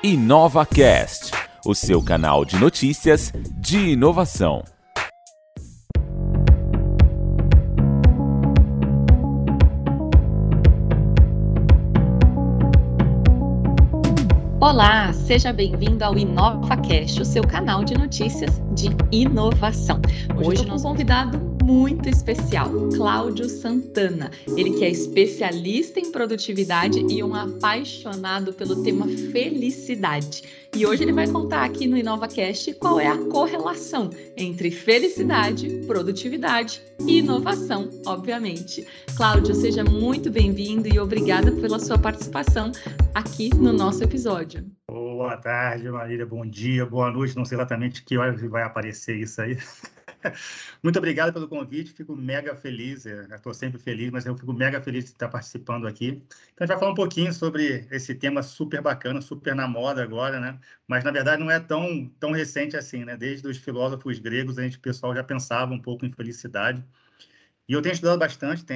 InovaCast, o seu canal de notícias de inovação. Olá, seja bem-vindo ao InovaCast, o seu canal de notícias de inovação. Hoje nós temos um convidado muito especial, Cláudio Santana. Ele que é especialista em produtividade e um apaixonado pelo tema felicidade. E hoje ele vai contar aqui no InovaCast qual é a correlação entre felicidade, produtividade e inovação, obviamente. Cláudio, seja muito bem-vindo e obrigada pela sua participação aqui no nosso episódio. Boa tarde, Marília, bom dia, boa noite, não sei exatamente que hora vai aparecer isso aí. Muito obrigado pelo convite, fico mega feliz, estou sempre feliz, mas eu fico mega feliz de estar participando aqui. Então a gente vai falar um pouquinho sobre esse tema super bacana, super na moda agora, né? Mas na verdade não é tão recente assim, né? Desde os filósofos gregos, o pessoal já pensava um pouco em felicidade. E eu tenho estudado bastante,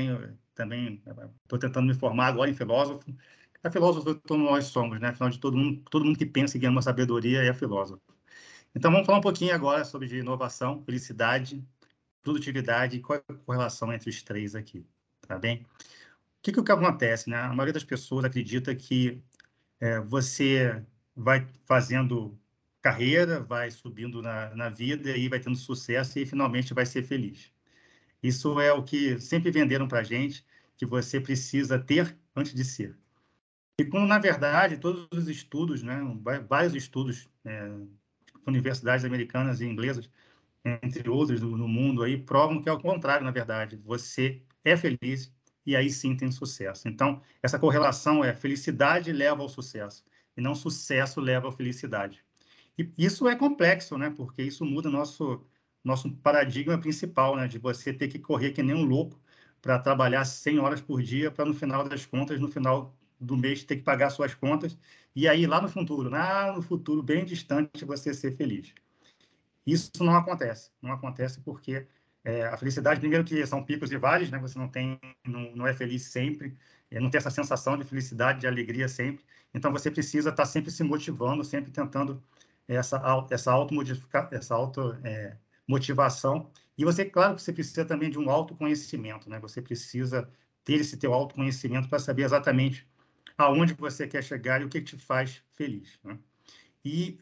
estou tentando me formar agora em filósofo. A filósofo todos nós somos, né? Afinal de todo mundo que pensa e ganha uma sabedoria é filósofo. Então vamos falar um pouquinho agora sobre inovação, felicidade, produtividade e qual é a correlação entre os três aqui, tá bem? O que acontece, né? A maioria das pessoas acredita que você vai fazendo carreira, vai subindo na vida e vai tendo sucesso e finalmente vai ser feliz. Isso é o que sempre venderam para a gente, que você precisa ter antes de ser. E quando, na verdade, todos os estudos, né, vários estudos, universidades americanas e inglesas, entre outros no mundo, aí, provam que é o contrário, na verdade. Você é feliz e aí sim tem sucesso. Então, essa correlação é felicidade leva ao sucesso, e não sucesso leva à felicidade. E isso é complexo, né, porque isso muda nosso paradigma principal, né, de você ter que correr que nem um louco para trabalhar 100 horas por dia, para no final das contas, no final do mês, ter que pagar suas contas, e aí lá no futuro bem distante, você ser feliz. Isso não acontece porque a felicidade, primeiro que são picos e vales, né? Você não é feliz sempre, não tem essa sensação de felicidade, de alegria sempre. Então você precisa estar sempre se motivando, sempre tentando essa motivação. E você, claro, que você precisa também de um autoconhecimento, né? Você precisa ter esse teu autoconhecimento para saber exatamente aonde você quer chegar e o que te faz feliz, né? E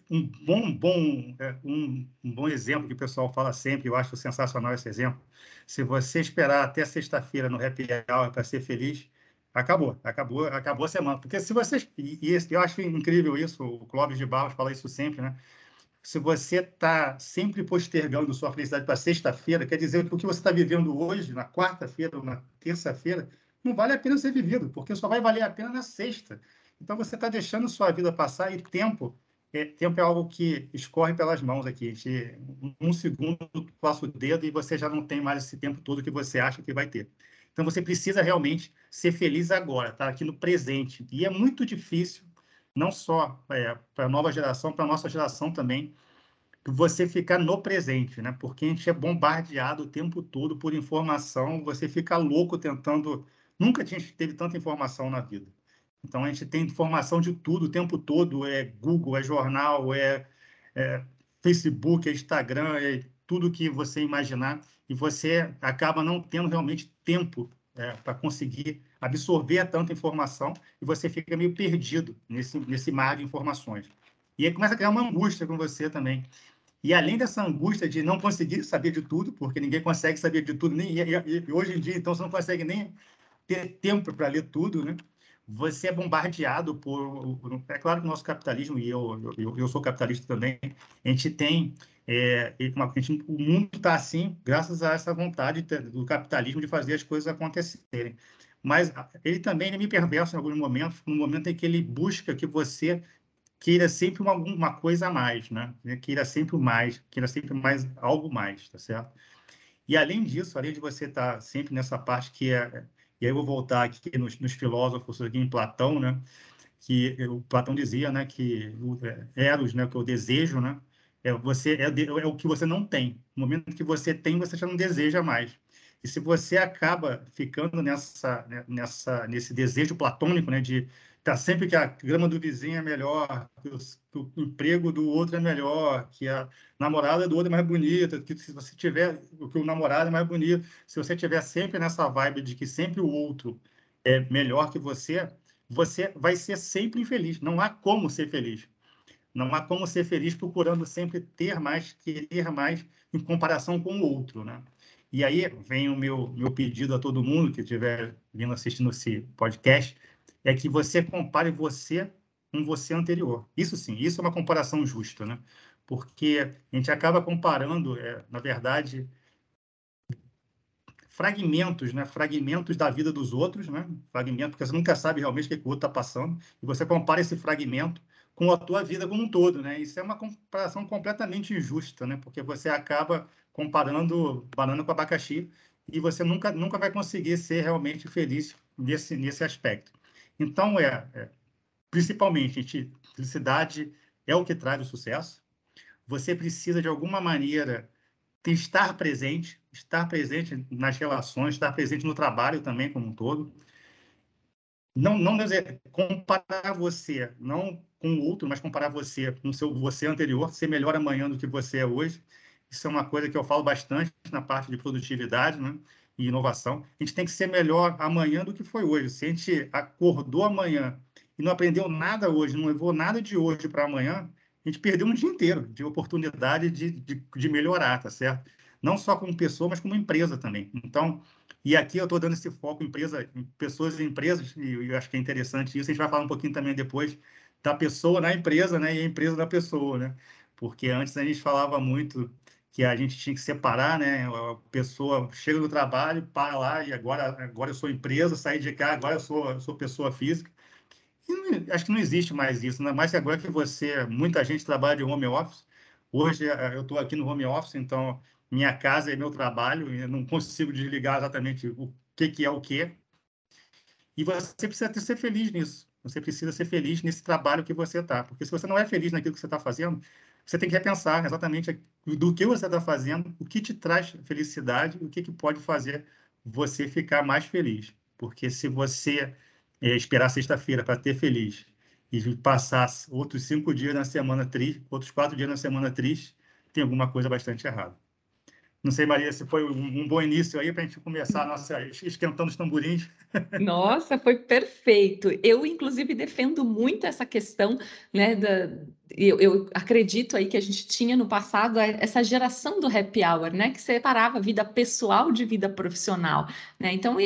um bom exemplo que o pessoal fala sempre, eu acho sensacional esse exemplo, se você esperar até sexta-feira no happy hour para ser feliz, acabou a semana. Porque se você... eu acho incrível isso, o Clóvis de Barros fala isso sempre, né? Se você está sempre postergando sua felicidade para sexta-feira, quer dizer que o que você está vivendo hoje, na quarta-feira ou na terça-feira, não vale a pena ser vivido, porque só vai valer a pena na sexta. Então, você está deixando sua vida passar e tempo é algo que escorre pelas mãos aqui. Um segundo, passa o dedo e você já não tem mais esse tempo todo que você acha que vai ter. Então, você precisa realmente ser feliz agora, tá? Aqui no presente. E é muito difícil, não só para a nova geração, para a nossa geração também, você ficar no presente, né? Porque a gente é bombardeado o tempo todo por informação, você fica louco tentando... Nunca teve tanta informação na vida. Então, a gente tem informação de tudo o tempo todo, é Google, é jornal, é Facebook, é Instagram, é tudo que você imaginar, e você acaba não tendo realmente tempo para conseguir absorver tanta informação, e você fica meio perdido nesse mar de informações. E aí começa a criar uma angústia com você também. E além dessa angústia de não conseguir saber de tudo, porque ninguém consegue saber de tudo, e hoje em dia, então, você não consegue nem ter tempo para ler tudo, né? Você é bombardeado por... É claro que o nosso capitalismo, e eu sou capitalista também, a gente tem... o mundo está assim graças a essa vontade do capitalismo de fazer as coisas acontecerem. Mas ele também é meio perverso em alguns momentos, no momento em que ele busca que você queira sempre uma coisa a mais, né? Queira sempre mais, algo mais, tá certo? E além disso, além de você estar sempre nessa parte e aí eu vou voltar aqui nos filósofos, aqui em Platão, né? Que o Platão dizia, né? Que o Eros, né? Que é o desejo, né? É o que você não tem. No momento que você tem, você já não deseja mais. E se você acaba ficando nesse desejo platônico, né? De tá sempre que a grama do vizinho é melhor, que o emprego do outro é melhor, que a namorada do outro é mais bonita, que se você tiver, que o namorado é mais bonito, se você tiver sempre nessa vibe de que sempre o outro é melhor que você vai ser sempre infeliz. Não há como ser feliz. Não há como ser feliz procurando sempre ter mais, querer mais, em comparação com o outro, né? E aí vem o meu pedido a todo mundo que estiver vindo assistindo esse podcast, é que você compare você com você anterior. Isso sim, isso é uma comparação justa, né? Porque a gente acaba comparando, na verdade, fragmentos, né? Fragmentos da vida dos outros, né? Fragmento, porque você nunca sabe realmente o que o outro está passando, e você compara esse fragmento com a tua vida como um todo, né? Isso é uma comparação completamente injusta, né? Porque você acaba comparando banana com abacaxi e você nunca vai conseguir ser realmente feliz nesse aspecto. Então, principalmente, felicidade é o que traz o sucesso. Você precisa, de alguma maneira, estar presente nas relações, estar presente no trabalho também como um todo. Não dizer, comparar você, não com o outro, mas comparar você com o seu você anterior, ser melhor amanhã do que você é hoje. Isso é uma coisa que eu falo bastante na parte de produtividade, né, e inovação. A gente tem que ser melhor amanhã do que foi hoje. Se a gente acordou amanhã e não aprendeu nada hoje, não levou nada de hoje para amanhã, a gente perdeu um dia inteiro de oportunidade de melhorar, tá certo? Não só como pessoa, mas como empresa também. Então, e aqui eu estou dando esse foco em pessoas e empresas, e eu acho que é interessante isso. A gente vai falar um pouquinho também depois da pessoa na empresa, né? E a empresa da pessoa, né? Porque antes a gente falava muito que a gente tinha que separar, né? A pessoa chega no trabalho, para lá, e agora eu sou empresa, saí de cá, agora eu sou pessoa física. E acho que não existe mais isso, ainda mais que agora que muita gente trabalha de home office. Hoje eu estou aqui no home office, então minha casa é meu trabalho, e eu não consigo desligar exatamente o que é o quê. E você precisa ser feliz nisso. Você precisa ser feliz nesse trabalho que você está. Porque se você não é feliz naquilo que você está fazendo, você tem que repensar exatamente do que você está fazendo, o que te traz felicidade, o que pode fazer você ficar mais feliz. Porque se você esperar sexta-feira para ter feliz e passar outros 5 dias na semana triste, outros 4 dias na semana triste, tem alguma coisa bastante errada. Não sei, Maria, se foi um bom início aí para a gente começar a nossa esquentando os tamborins. Nossa, foi perfeito. Eu, inclusive, defendo muito essa questão, né? Eu acredito aí que a gente tinha no passado essa geração do happy hour, né? Que separava vida pessoal de vida profissional, né? Então,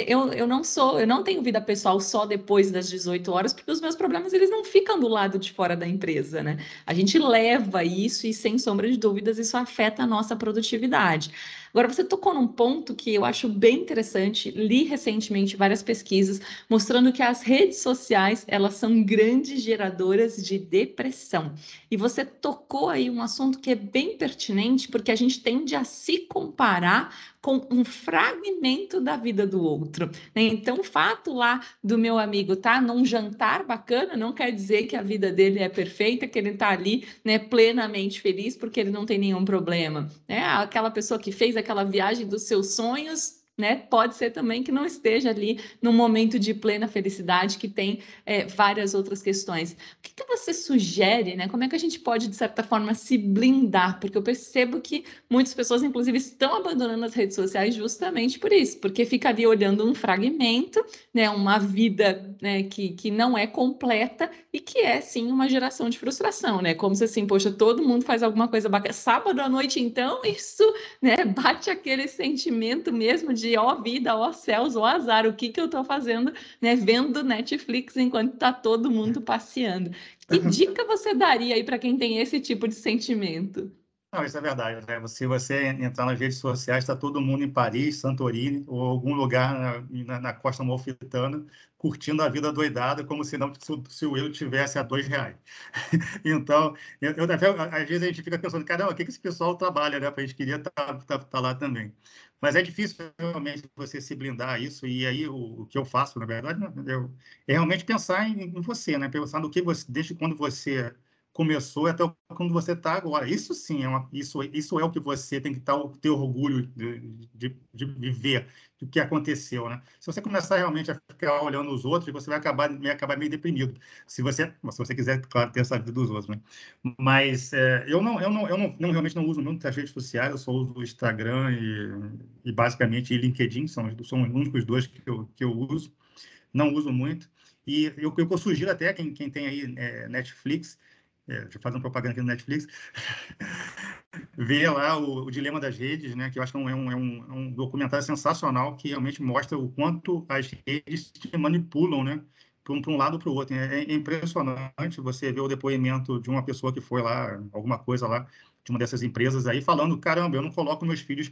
eu não tenho vida pessoal só depois das 18 horas, porque os meus problemas eles não ficam do lado de fora da empresa, né? A gente leva isso e, sem sombra de dúvidas, isso afeta a nossa produtividade. Agora, você tocou num ponto que eu acho bem interessante. Li recentemente várias pesquisas mostrando que as redes sociais, elas são grandes geradoras de depressão. E você tocou aí um assunto que é bem pertinente, porque a gente tende a se comparar com um fragmento da vida do outro, né? Então, o fato lá do meu amigo tá num jantar bacana não quer dizer que a vida dele é perfeita, que ele tá ali, né, plenamente feliz porque ele não tem nenhum problema, né? Aquela pessoa que fez aquela viagem dos seus sonhos, né? Pode ser também que não esteja ali num momento de plena felicidade, que tem várias outras questões. O que você sugere, né? Como é que a gente pode, de certa forma, se blindar? Porque eu percebo que muitas pessoas, inclusive, estão abandonando as redes sociais justamente por isso, porque fica ali olhando um fragmento, né? Uma vida, né, que não é completa e que é, sim, uma geração de frustração, né? Como se assim, poxa, todo mundo faz alguma coisa bacana. Sábado à noite, então, isso, né, bate aquele sentimento mesmo de ó vida, ó céus, ó azar, o que eu tô fazendo, né, vendo Netflix enquanto tá todo mundo passeando. Que dica você daria aí para quem tem esse tipo de sentimento? Não, isso é verdade, né? Se você entrar nas redes sociais, está todo mundo em Paris, Santorini ou algum lugar na Costa Amalfitana, curtindo a vida doidada, como se não se o euro tivesse a R$ 2. Então, às vezes a gente fica pensando, caramba, o que esse pessoal trabalha, né? A gente queria estar lá também. Mas é difícil realmente você se blindar a isso, e aí o que eu faço, na verdade, né, é realmente pensar em você, né? Pensar no que você, desde quando você começou até quando você está agora. Isso sim, isso é o que você tem que ter orgulho de viver, do que aconteceu, né? Se você começar realmente a ficar olhando os outros, você vai acabar meio deprimido. Se você quiser, claro, ter essa vida dos outros, né? Mas eu realmente não uso muitas redes sociais, eu só uso o Instagram e basicamente LinkedIn, são os únicos dois que eu uso, não uso muito. E eu sugiro até quem tem aí Netflix, deixa eu fazer uma propaganda aqui no Netflix, ver lá o Dilema das Redes, né, que eu acho que é um documentário sensacional que realmente mostra o quanto as redes te manipulam, né, para um lado ou para o outro. É impressionante você ver o depoimento de uma pessoa que foi lá, alguma coisa lá, de uma dessas empresas aí, falando, caramba, eu não coloco meus filhos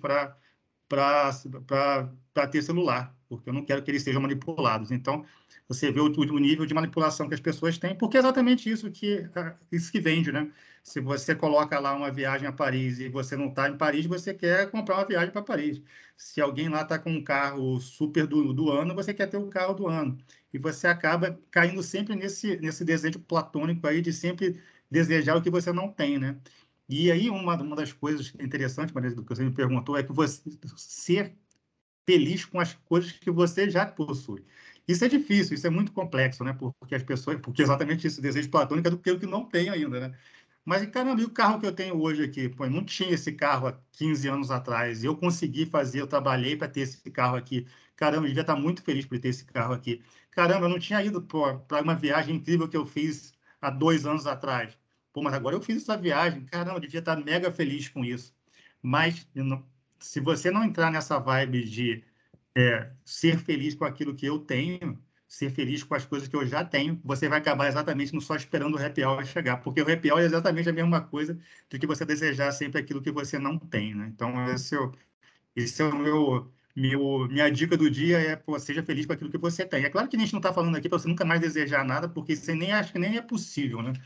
para ter celular, porque eu não quero que eles sejam manipulados. Então, você vê o nível de manipulação que as pessoas têm, porque é exatamente isso que vende, né? Se você coloca lá uma viagem a Paris e você não está em Paris, você quer comprar uma viagem para Paris. Se alguém lá está com um carro super do ano, você quer ter o carro do ano. E você acaba caindo sempre nesse desejo platônico aí de sempre desejar o que você não tem, né? E aí, uma das coisas interessantes, Maria, do que você me perguntou, é que você ser feliz com as coisas que você já possui. Isso é difícil, isso é muito complexo, né? Porque as pessoas, porque exatamente isso, o desejo platônico é do que não tem ainda, né? Mas, caramba, e o carro que eu tenho hoje aqui? Pô, eu não tinha esse carro há 15 anos atrás. Eu consegui fazer, eu trabalhei para ter esse carro aqui. Caramba, eu devia estar muito feliz por ter esse carro aqui. Caramba, eu não tinha ido para uma viagem incrível que eu fiz há 2 anos atrás. Pô, mas agora eu fiz essa viagem. Caramba, eu devia estar mega feliz com isso. Mas se você não entrar nessa vibe de ser feliz com aquilo que eu tenho, ser feliz com as coisas que eu já tenho, você vai acabar exatamente não só esperando o happy hour chegar, porque o happy hour é exatamente a mesma coisa do que você desejar sempre aquilo que você não tem, né? Então, esse é o minha dica do dia pô, seja feliz com aquilo que você tem. É claro que a gente não está falando aqui para você nunca mais desejar nada, porque isso nem acho que nem é possível, né?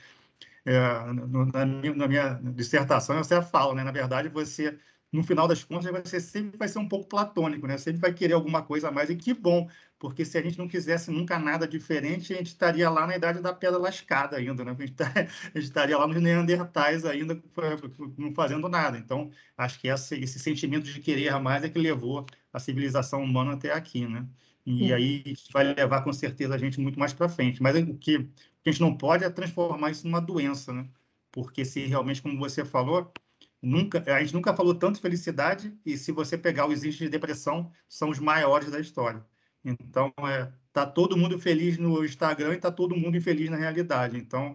Na minha dissertação, eu sempre falo, né? Na verdade, você, no final das contas, você sempre vai ser um pouco platônico, né? Sempre vai querer alguma coisa a mais, e que bom, porque se a gente não quisesse nunca nada diferente, a gente estaria lá na idade da pedra lascada ainda, né? A gente estaria lá nos Neandertais ainda, não fazendo nada. Então, acho que esse sentimento de querer mais é que levou a civilização humana até aqui, né? E É. aí vai levar, com certeza, a gente muito mais para frente. Mas o que a gente não pode transformar isso numa doença, né? Porque se realmente, como você falou, a gente nunca falou tanto de felicidade, e se você pegar os índices de depressão, são os maiores da história. Então, tá todo mundo feliz no Instagram e tá todo mundo infeliz na realidade. Então,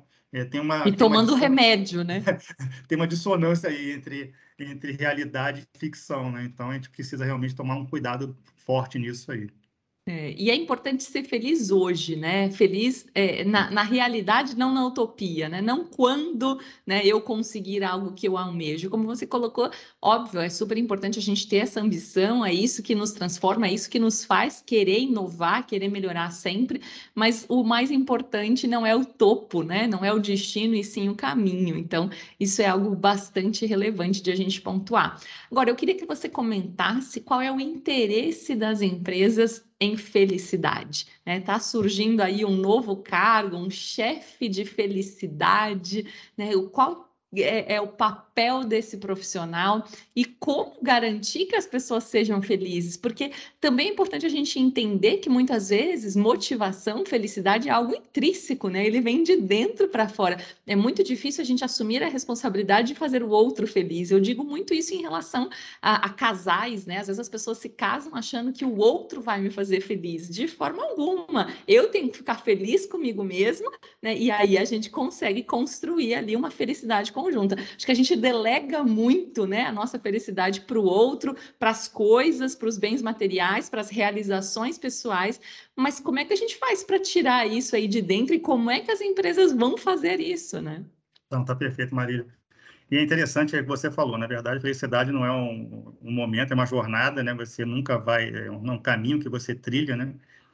E tomando remédio, né? tem uma dissonância aí entre realidade e ficção, né? Então, a gente precisa realmente tomar um cuidado forte nisso aí. E é importante ser feliz hoje, né? Feliz na realidade, não na utopia, né? Não quando, né, eu conseguir algo que eu almejo. Como você colocou, óbvio, é super importante a gente ter essa ambição, é isso que nos transforma, é isso que nos faz querer inovar, querer melhorar sempre, mas o mais importante não é o topo, né? Não é o destino, e sim o caminho. Então, isso é algo bastante relevante de a gente pontuar. Agora, eu queria que você comentasse qual é o interesse das empresas em felicidade, né? Tá surgindo aí um novo cargo, um chefe de felicidade, né? Qual é o papel desse profissional e como garantir que as pessoas sejam felizes? Porque também é importante a gente entender que muitas vezes motivação, felicidade é algo intrínseco, né? Ele vem de dentro para fora. É muito difícil a gente assumir a responsabilidade de fazer o outro feliz. Eu digo muito isso em relação a casais, né? Às vezes as pessoas se casam achando que o outro vai me fazer feliz. De forma alguma. Eu tenho que ficar feliz comigo mesma, né? E aí a gente consegue construir ali uma felicidade conjunta. Acho que a gente delega muito, né, a nossa felicidade para o outro, para as coisas, para os bens materiais, para as realizações pessoais. Mas como é que a gente faz para tirar isso aí de dentro e como é que as empresas vão fazer isso, né? Então, tá perfeito, Marília. E é interessante o que você falou, na verdade, felicidade não é um momento, é uma jornada, né? Você nunca vai, é um caminho que você trilha, né?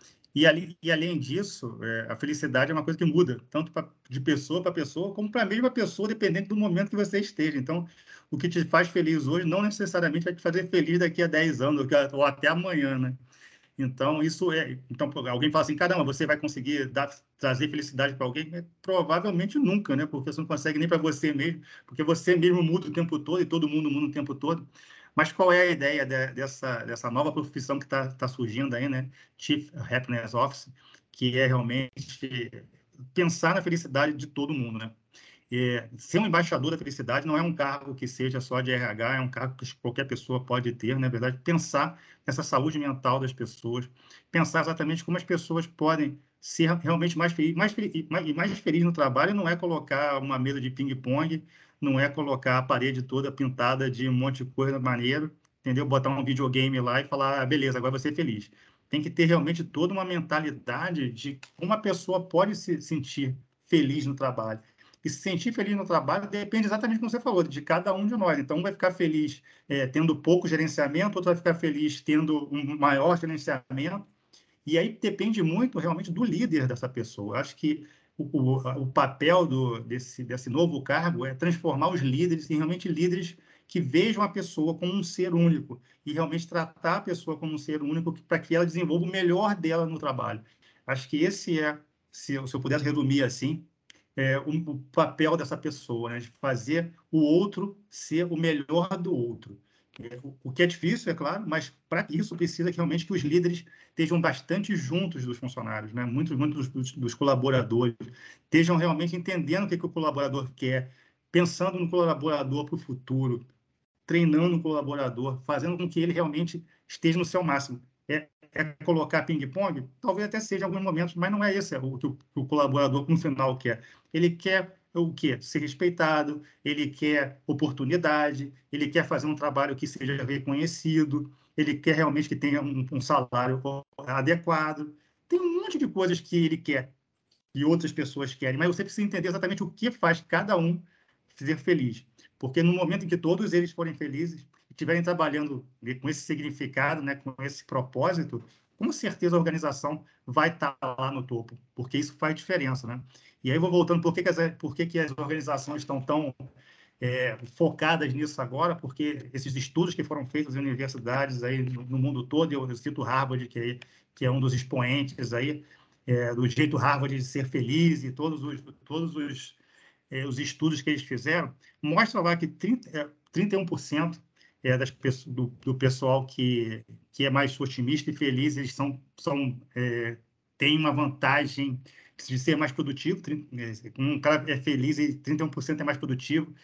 E além disso, a felicidade é uma coisa que muda, tanto de pessoa para pessoa, como para a mesma pessoa, dependendo do momento que você esteja. Então, o que te faz feliz hoje não necessariamente vai te fazer feliz daqui a 10 anos ou até amanhã, né? Então, então, alguém fala assim, caramba, você vai conseguir trazer felicidade para alguém? Provavelmente nunca, né? Porque você não consegue nem para você mesmo, porque você mesmo muda o tempo todo e todo mundo muda o tempo todo. Mas qual é a ideia dessa nova profissão que está surgindo aí, né? Chief Happiness Officer, que é realmente pensar na felicidade de todo mundo, né? Ser um embaixador da felicidade não é um cargo que seja só de RH, é um cargo que qualquer pessoa pode ter, na verdade, pensar nessa saúde mental das pessoas, pensar exatamente como as pessoas podem ser realmente mais felizes no trabalho, não é colocar uma mesa de ping-pong, não é colocar a parede toda pintada de um monte de coisa maneiro, entendeu? Botar um videogame lá e falar, beleza, agora você é feliz. Tem que ter realmente toda uma mentalidade de como a pessoa pode se sentir feliz no trabalho. E se sentir feliz no trabalho depende exatamente como você falou, de cada um de nós. Então, um vai ficar feliz tendo pouco gerenciamento, outro vai ficar feliz tendo um maior gerenciamento. E aí depende muito realmente do líder dessa pessoa. Acho que o papel desse novo cargo é transformar os líderes em realmente líderes que vejam a pessoa como um ser único e realmente tratar a pessoa como um ser único para que ela desenvolva o melhor dela no trabalho. Acho que esse se eu pudesse resumir assim, o papel dessa pessoa, né? De fazer o outro ser o melhor do outro. O que é difícil, é claro, mas para isso precisa que realmente que os líderes estejam bastante juntos dos funcionários, né? Muitos dos colaboradores estejam realmente entendendo o que o colaborador quer, pensando no colaborador para o futuro, treinando o colaborador, fazendo com que ele realmente esteja no seu máximo. É colocar ping-pong? Talvez até seja em alguns momentos, mas não é esse o que o colaborador, no final, quer. Ele quer o quê? Ser respeitado, ele quer oportunidade, ele quer fazer um trabalho que seja reconhecido, ele quer realmente que tenha um salário adequado. Tem um monte de coisas que ele quer e outras pessoas querem, mas você precisa entender exatamente o que faz cada um ser feliz. Porque no momento em que todos eles forem felizes e estiverem trabalhando com esse significado, né, com esse propósito, com certeza a organização vai estar lá no topo, porque isso faz diferença, né? E aí vou voltando, por que as organizações estão tão focadas nisso agora? Porque esses estudos que foram feitos em universidades aí no mundo todo, eu cito Harvard, que é um dos expoentes aí, do jeito Harvard de ser feliz e todos os estudos que eles fizeram, mostram lá que 31% do pessoal que é mais otimista e feliz, eles têm uma vantagem de ser mais produtivo. Um cara é feliz e 31% é mais produtivo.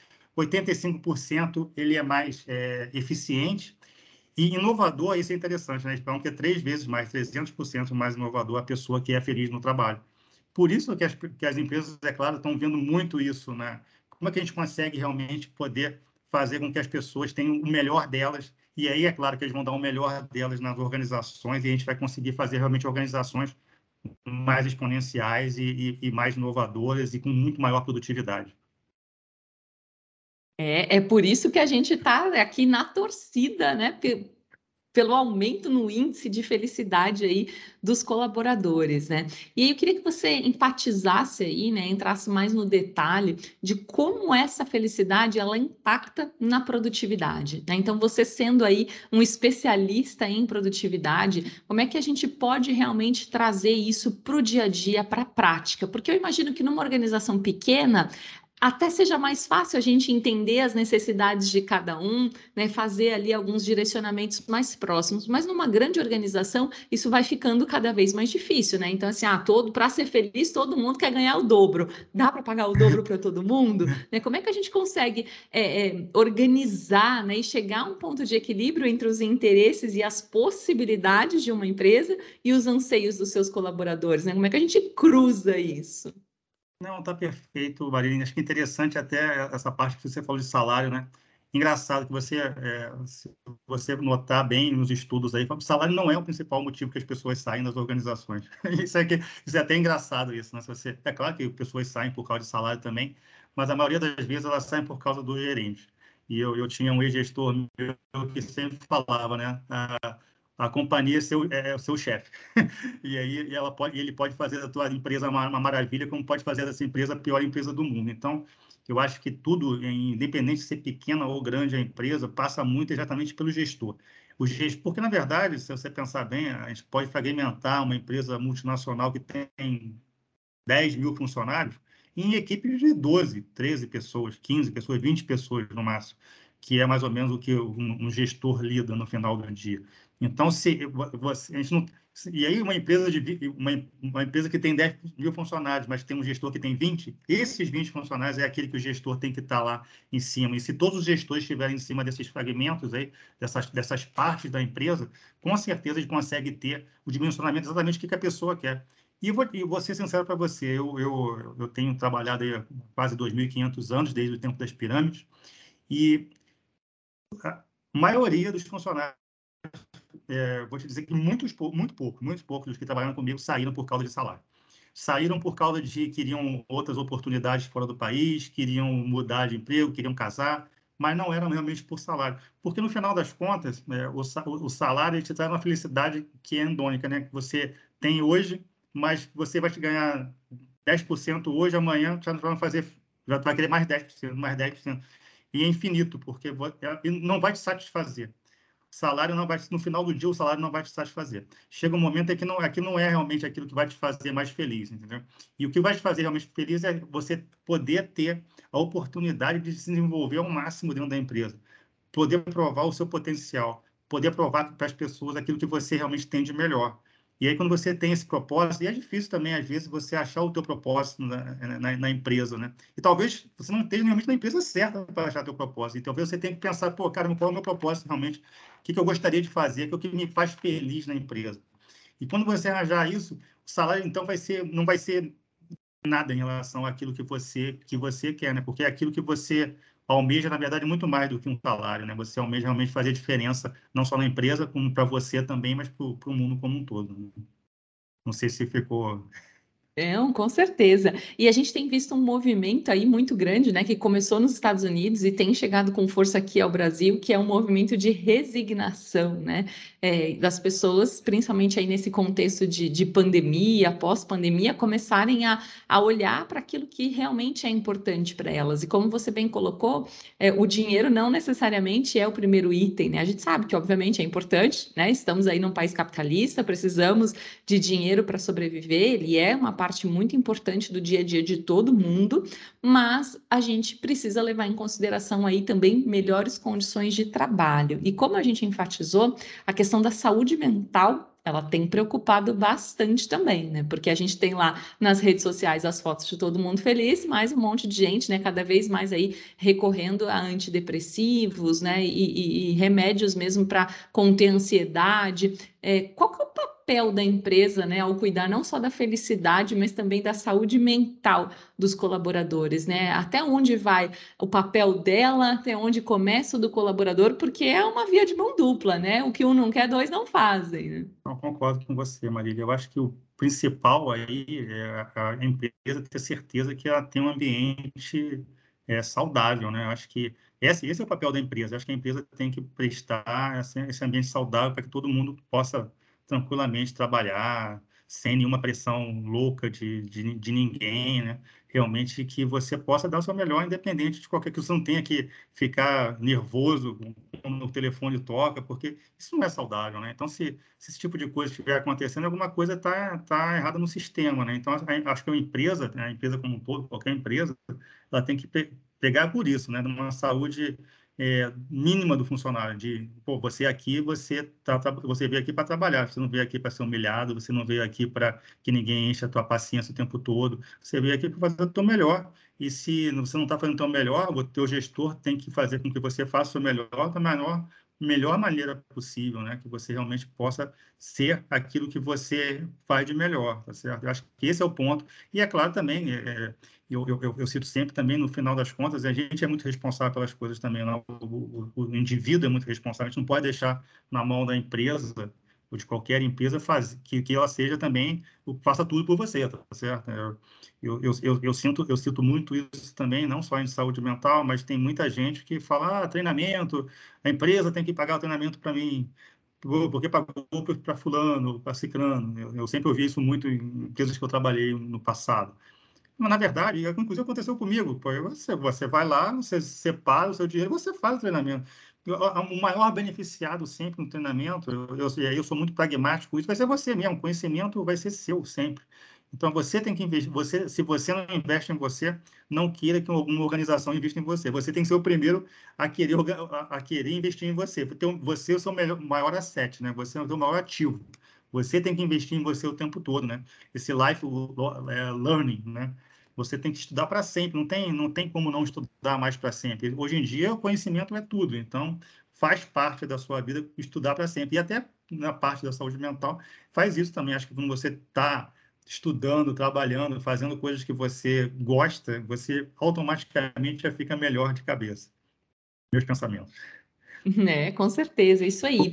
85% ele é mais eficiente. E inovador, isso é interessante, né? Eles falam que é 3 vezes mais, 300% mais inovador a pessoa que é feliz no trabalho. Por isso que as empresas, é claro, estão vendo muito isso, né? Como é que a gente consegue realmente poder fazer com que as pessoas tenham o melhor delas? E aí, é claro que eles vão dar o melhor delas nas organizações e a gente vai conseguir fazer realmente organizações mais exponenciais e mais inovadoras e com muito maior produtividade. É por isso que a gente está aqui na torcida, né? Pelo aumento no índice de felicidade aí dos colaboradores, né? E aí eu queria que você enfatizasse aí, né, entrasse mais no detalhe de como essa felicidade ela impacta na produtividade, né? Então, você sendo aí um especialista em produtividade, como é que a gente pode realmente trazer isso para o dia a dia, para a prática? Porque eu imagino que numa organização pequena até seja mais fácil a gente entender as necessidades de cada um, né, fazer ali alguns direcionamentos mais próximos, mas numa grande organização isso vai ficando cada vez mais difícil, né? Então, assim, para ser feliz, todo mundo quer ganhar o dobro. Dá para pagar o dobro para todo mundo? Né? Como é que a gente consegue organizar, né, e chegar a um ponto de equilíbrio entre os interesses e as possibilidades de uma empresa e os anseios dos seus colaboradores? Né? Como é que a gente cruza isso? Não, tá perfeito, Marília. Acho que é interessante até essa parte que você falou de salário, né? Engraçado que se você notar bem nos estudos aí, o salário não é o principal motivo que as pessoas saem das organizações. Isso é até engraçado isso, né? É claro que pessoas saem por causa de salário também, mas a maioria das vezes elas saem por causa do gerente. E eu tinha um ex-gestor meu que sempre falava, né? a companhia é o seu chefe. E aí ele pode fazer da tua empresa uma maravilha, como pode fazer dessa empresa a pior empresa do mundo. Então, eu acho que tudo, independente de ser pequena ou grande a empresa, passa muito exatamente pelo gestor. Porque, na verdade, se você pensar bem, a gente pode fragmentar uma empresa multinacional que tem 10 mil funcionários em equipes de 12, 13 pessoas, 15 pessoas, 20 pessoas no máximo, que é mais ou menos o que um gestor lida no final do dia. Então, se você, a gente não, e aí uma empresa que tem 10 mil funcionários, mas tem um gestor que tem 20, esses 20 funcionários é aquele que o gestor tem que estar lá em cima. E se todos os gestores estiverem em cima desses fragmentos aí, dessas partes da empresa, com certeza ele consegue ter o dimensionamento exatamente do que a pessoa quer. E vou ser sincero para você, eu tenho trabalhado aí há quase 2.500 anos, desde o tempo das pirâmides, e a maioria dos funcionários, vou te dizer que muito poucos dos que trabalharam comigo saíram por causa de salário. Saíram por causa de que queriam outras oportunidades fora do país, queriam mudar de emprego, queriam casar, mas não eram realmente por salário. Porque, no final das contas, o salário ele te traz uma felicidade que é endônica, né? Que você tem hoje, mas você vai te ganhar 10% hoje, amanhã já vai fazer, já vai querer mais 10%, mais 10%. E é infinito, porque não vai te satisfazer. Salário não vai, no final do dia, o salário não vai te satisfazer. Chega um momento em que não é realmente aquilo que vai te fazer mais feliz, entendeu? E o que vai te fazer realmente feliz é você poder ter a oportunidade de se desenvolver ao máximo dentro da empresa, poder provar o seu potencial, poder provar para as pessoas aquilo que você realmente tem de melhor. E aí, quando você tem esse propósito, e é difícil também, às vezes, você achar o teu propósito na empresa, né? E talvez você não esteja realmente na empresa certa para achar o teu propósito. E talvez você tenha que pensar, pô, cara, qual é o meu propósito realmente? O que eu gostaria de fazer? O que me faz feliz na empresa? E quando você arranjar isso, o salário, então, não vai ser nada em relação àquilo que você quer, né? Porque é aquilo que você almeja, na verdade, muito mais do que um salário, né? Você almeja realmente fazer diferença, não só na empresa, como para você também, mas para o mundo como um todo, né? Não sei se ficou. Não, com certeza. E a gente tem visto um movimento aí muito grande, né, que começou nos Estados Unidos e tem chegado com força aqui ao Brasil, que é um movimento de resignação, né, das pessoas, principalmente aí nesse contexto de pandemia, pós-pandemia, começarem a olhar para aquilo que realmente é importante para elas. E como você bem colocou, o dinheiro não necessariamente é o primeiro item, né? A gente sabe que, obviamente, é importante, né? Estamos aí num país capitalista, precisamos de dinheiro para sobreviver, ele é uma parte muito importante do dia a dia de todo mundo, mas a gente precisa levar em consideração aí também melhores condições de trabalho. E como a gente enfatizou, a questão da saúde mental ela tem preocupado bastante também, né? Porque a gente tem lá nas redes sociais as fotos de todo mundo feliz, mas um monte de gente, né? Cada vez mais aí recorrendo a antidepressivos, né? E remédios mesmo para conter a ansiedade. Qual que é o papel da empresa, né, ao cuidar não só da felicidade, mas também da saúde mental dos colaboradores, né? Até onde vai o papel dela, até onde começa o do colaborador, porque é uma via de mão dupla, né? O que um não quer, dois não fazem, né? Eu concordo com você, Marília. Eu acho que o principal aí é a empresa ter certeza que ela tem um ambiente saudável, né? Eu acho que esse é o papel da empresa. Eu acho que a empresa tem que prestar esse ambiente saudável para que todo mundo possa tranquilamente trabalhar sem nenhuma pressão louca de ninguém, né? Realmente que você possa dar o seu melhor, independente de qualquer que você não tenha que ficar nervoso quando o telefone toca, porque isso não é saudável, né? Então, se esse tipo de coisa estiver acontecendo, alguma coisa tá errada no sistema, né? Então, acho que a empresa, né, a empresa como um todo, qualquer empresa, ela tem que pegar por isso, né? De uma saúde mínima do funcionário, de, pô, você veio aqui para trabalhar, você não veio aqui para ser humilhado, você não veio aqui para que ninguém enche a tua paciência o tempo todo, você veio aqui para fazer o teu melhor, e se você não está fazendo o teu melhor, o teu gestor tem que fazer com que você faça o seu melhor da melhor maneira possível, né? Que você realmente possa ser aquilo que você faz de melhor, tá certo? Eu acho que esse é o ponto. E é claro também, eu cito sempre também, no final das contas, a gente é muito responsável pelas coisas também, né? O indivíduo é muito responsável, a gente não pode deixar na mão da empresa ou de qualquer empresa que ela seja também, faça tudo por você, tá certo? Eu sinto muito isso também, não só em saúde mental, mas tem muita gente que fala, treinamento, a empresa tem que pagar o treinamento para mim. porque pagou para fulano, para ciclano. Eu sempre ouvi isso muito em empresas que eu trabalhei no passado. Mas, na verdade, inclusive aconteceu comigo. Pô, você vai lá, você separa o seu dinheiro, você faz o treinamento. O maior beneficiado sempre no treinamento, e aí eu sou muito pragmático, isso vai ser você mesmo, o conhecimento vai ser seu sempre. Então, você tem que investir, se você não investe em você, não queira que uma organização invista em você. Você tem que ser o primeiro a querer investir em você. Então, você é o seu maior asset, né? Você é o seu maior ativo. Você tem que investir em você o tempo todo, né? Esse learning, né? Você tem que estudar para sempre, não tem como não estudar mais para sempre. Hoje em dia, o conhecimento é tudo, então faz parte da sua vida estudar para sempre. E até na parte da saúde mental, faz isso também. Acho que quando você está estudando, trabalhando, fazendo coisas que você gosta, você automaticamente já fica melhor de cabeça. Meus pensamentos. É, com certeza, isso aí.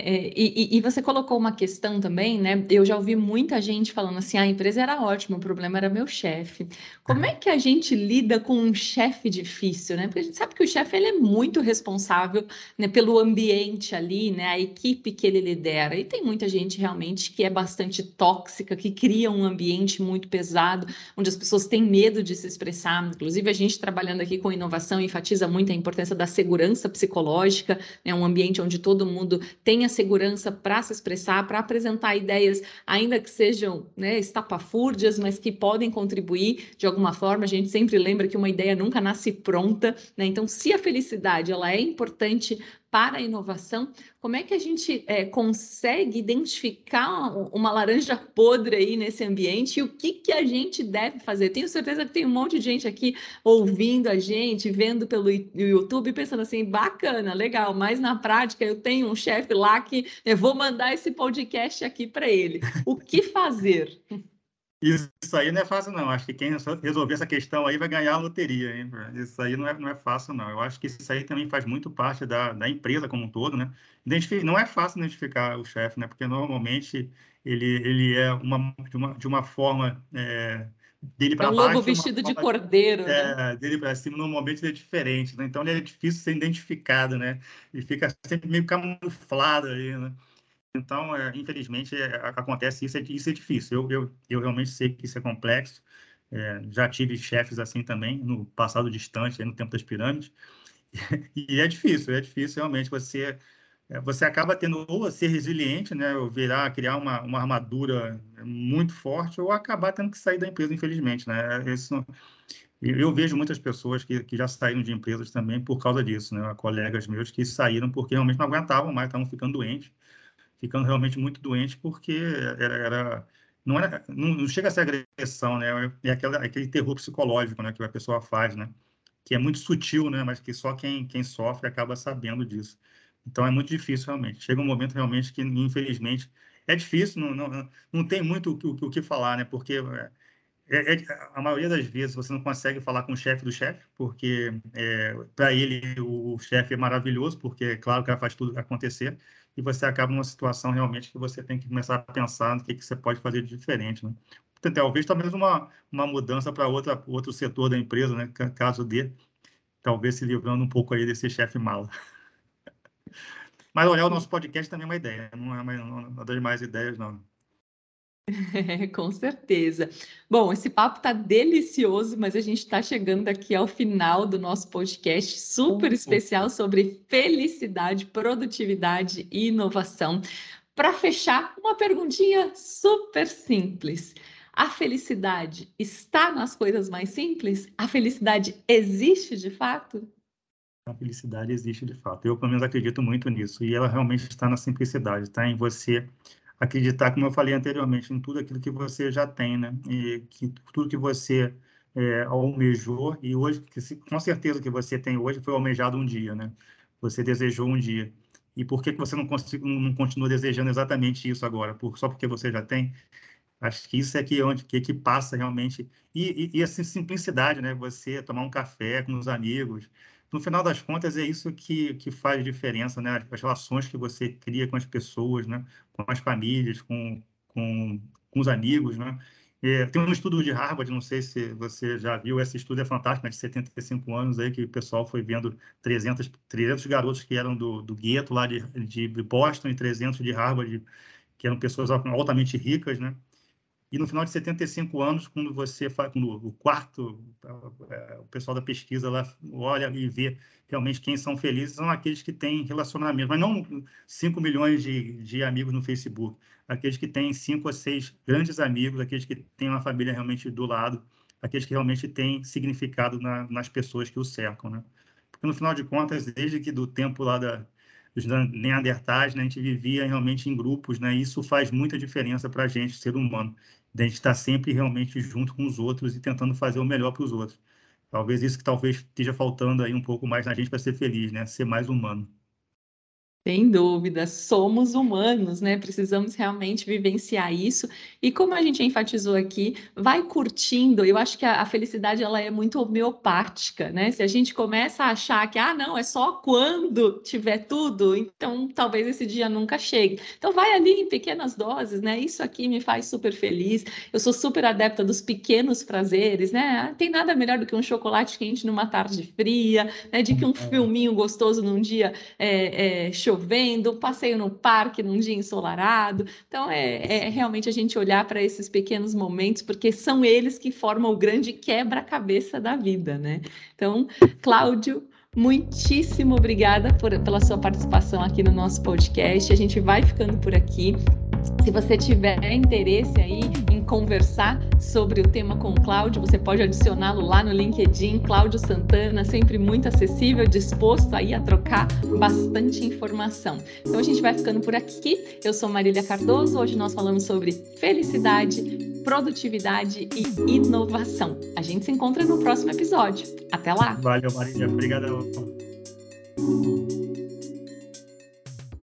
E você colocou uma questão também, né? Eu já ouvi muita gente falando assim: a empresa era ótima, o problema era meu chefe. Como é que a gente lida com um chefe difícil, né? Porque a gente sabe que o chefe ele é muito responsável, né, pelo ambiente ali, né? A equipe que ele lidera. E tem muita gente realmente que é bastante tóxica, que cria um ambiente muito pesado, onde as pessoas têm medo de se expressar. Inclusive, a gente trabalhando aqui com inovação enfatiza muito a importância da segurança psicológica, é um ambiente onde todo mundo tenha segurança para se expressar, para apresentar ideias, ainda que sejam, né, estapafúrdias, mas que podem contribuir de alguma forma. A gente sempre lembra que uma ideia nunca nasce pronta, né? Então, se a felicidade ela é importante para a inovação, como é que a gente consegue identificar uma laranja podre aí nesse ambiente e o que a gente deve fazer? Tenho certeza que tem um monte de gente aqui ouvindo a gente, vendo pelo YouTube, pensando assim, bacana, legal, mas na prática eu tenho um chefe lá que eu vou mandar esse podcast aqui para ele. O que fazer? Isso aí não é fácil, não. Acho que quem resolver essa questão aí vai ganhar a loteria, hein? Isso aí não é fácil, não. Eu acho que isso aí também faz muito parte da empresa como um todo, né? Não é fácil identificar o chefe, né? Porque normalmente ele é de uma forma dele É para um lobo baixo e uma vestido de forma cordeiro, né? dele para cima, normalmente ele é diferente, né? Então ele é difícil ser identificado, né? E fica sempre meio camuflado aí, né? Então, infelizmente, acontece isso, isso é difícil. Eu realmente sei que isso é complexo. Já tive chefes assim também, no passado distante, aí no tempo das pirâmides. E é difícil realmente. Você acaba tendo ou a ser resiliente, né, ou criar uma armadura muito forte, ou acabar tendo que sair da empresa, infelizmente, né? Eu vejo muitas pessoas que já saíram de empresas também por causa disso, né? Colegas meus que saíram porque realmente não aguentavam mais, estavam ficando doentes, ficando realmente muito doente, porque não chega a ser agressão, né? É aquele terror psicológico, né, que a pessoa faz, né? Que é muito sutil, né? Mas que só quem sofre acaba sabendo disso. Então é muito difícil realmente. Chega um momento realmente que, infelizmente, é difícil, não tem muito o que falar, né? Porque a maioria das vezes você não consegue falar com o chefe do chefe, porque para ele o chefe é maravilhoso, porque é claro que ela faz tudo acontecer, e você acaba numa situação realmente que você tem que começar a pensar no que você pode fazer de diferente, né? Então, talvez uma mudança para outro setor da empresa, né? Caso dê, talvez se livrando um pouco aí desse chefe mala. Mas olhar o nosso podcast também é uma ideia, não é uma das mais ideias, não. Com certeza. Bom, esse papo tá delicioso, mas a gente está chegando aqui ao final do nosso podcast super especial sobre felicidade, produtividade e inovação. Para fechar, uma perguntinha super simples. A felicidade está nas coisas mais simples? A felicidade existe de fato? A felicidade existe de fato. Eu, pelo menos, acredito muito nisso. E ela realmente está na simplicidade, está em você acreditar, como eu falei anteriormente, em tudo aquilo que você já tem, né? E que tudo que você almejou, e hoje, com certeza o que você tem hoje foi almejado um dia, né? Você desejou um dia. E por que você não continua desejando exatamente isso agora? Só porque você já tem? Acho que isso é que passa realmente. E essa simplicidade, né? Você tomar um café com os amigos. No final das contas, é isso que faz diferença, né? As relações que você cria com as pessoas, né? Com as famílias, com os amigos, né? Tem um estudo de Harvard, não sei se você já viu, esse estudo é fantástico, né, de 75 anos, aí, que o pessoal foi vendo 300 garotos que eram do gueto lá de Boston e 300 de Harvard, que eram pessoas altamente ricas, né? E no final de 75 anos, quando você faz, quando o pessoal da pesquisa lá olha e vê realmente quem são felizes, são aqueles que têm relacionamento, mas não 5 milhões de amigos no Facebook, aqueles que têm 5 a 6 grandes amigos, aqueles que têm uma família realmente do lado, aqueles que realmente têm significado nas pessoas que o cercam, né? Porque no final de contas, desde que do tempo lá dos Neandertais, né, a gente vivia realmente em grupos, né? E isso faz muita diferença para a gente, ser humano, de a gente estar sempre realmente junto com os outros e tentando fazer o melhor para os outros. Talvez isso que talvez esteja faltando aí um pouco mais na gente para ser feliz, né? Ser mais humano. Sem dúvida, somos humanos, né? Precisamos realmente vivenciar isso. E como a gente enfatizou aqui, vai curtindo. Eu acho que a felicidade ela é muito homeopática, né? Se a gente começa a achar que, não, é só quando tiver tudo, então talvez esse dia nunca chegue. Então vai ali em pequenas doses, né? Isso aqui me faz super feliz. Eu sou super adepta dos pequenos prazeres, né? Tem nada melhor do que um chocolate quente numa tarde fria, né? De que um filminho gostoso num dia chovendo, passeio no parque num dia ensolarado. Então, realmente a gente olhar para esses pequenos momentos, porque são eles que formam o grande quebra-cabeça da vida, né? Então, Cláudio, muitíssimo obrigada pela sua participação aqui no nosso podcast. A gente vai ficando por aqui. Se você tiver interesse aí em conversar sobre o tema com o Cláudio, você pode adicioná-lo lá no LinkedIn, Cláudio Santana, sempre muito acessível, disposto aí a trocar bastante informação. Então a gente vai ficando por aqui. Eu sou Marília Cardoso, hoje nós falamos sobre felicidade, produtividade e inovação. A gente se encontra no próximo episódio. Até lá! Valeu, Marília. Obrigadão.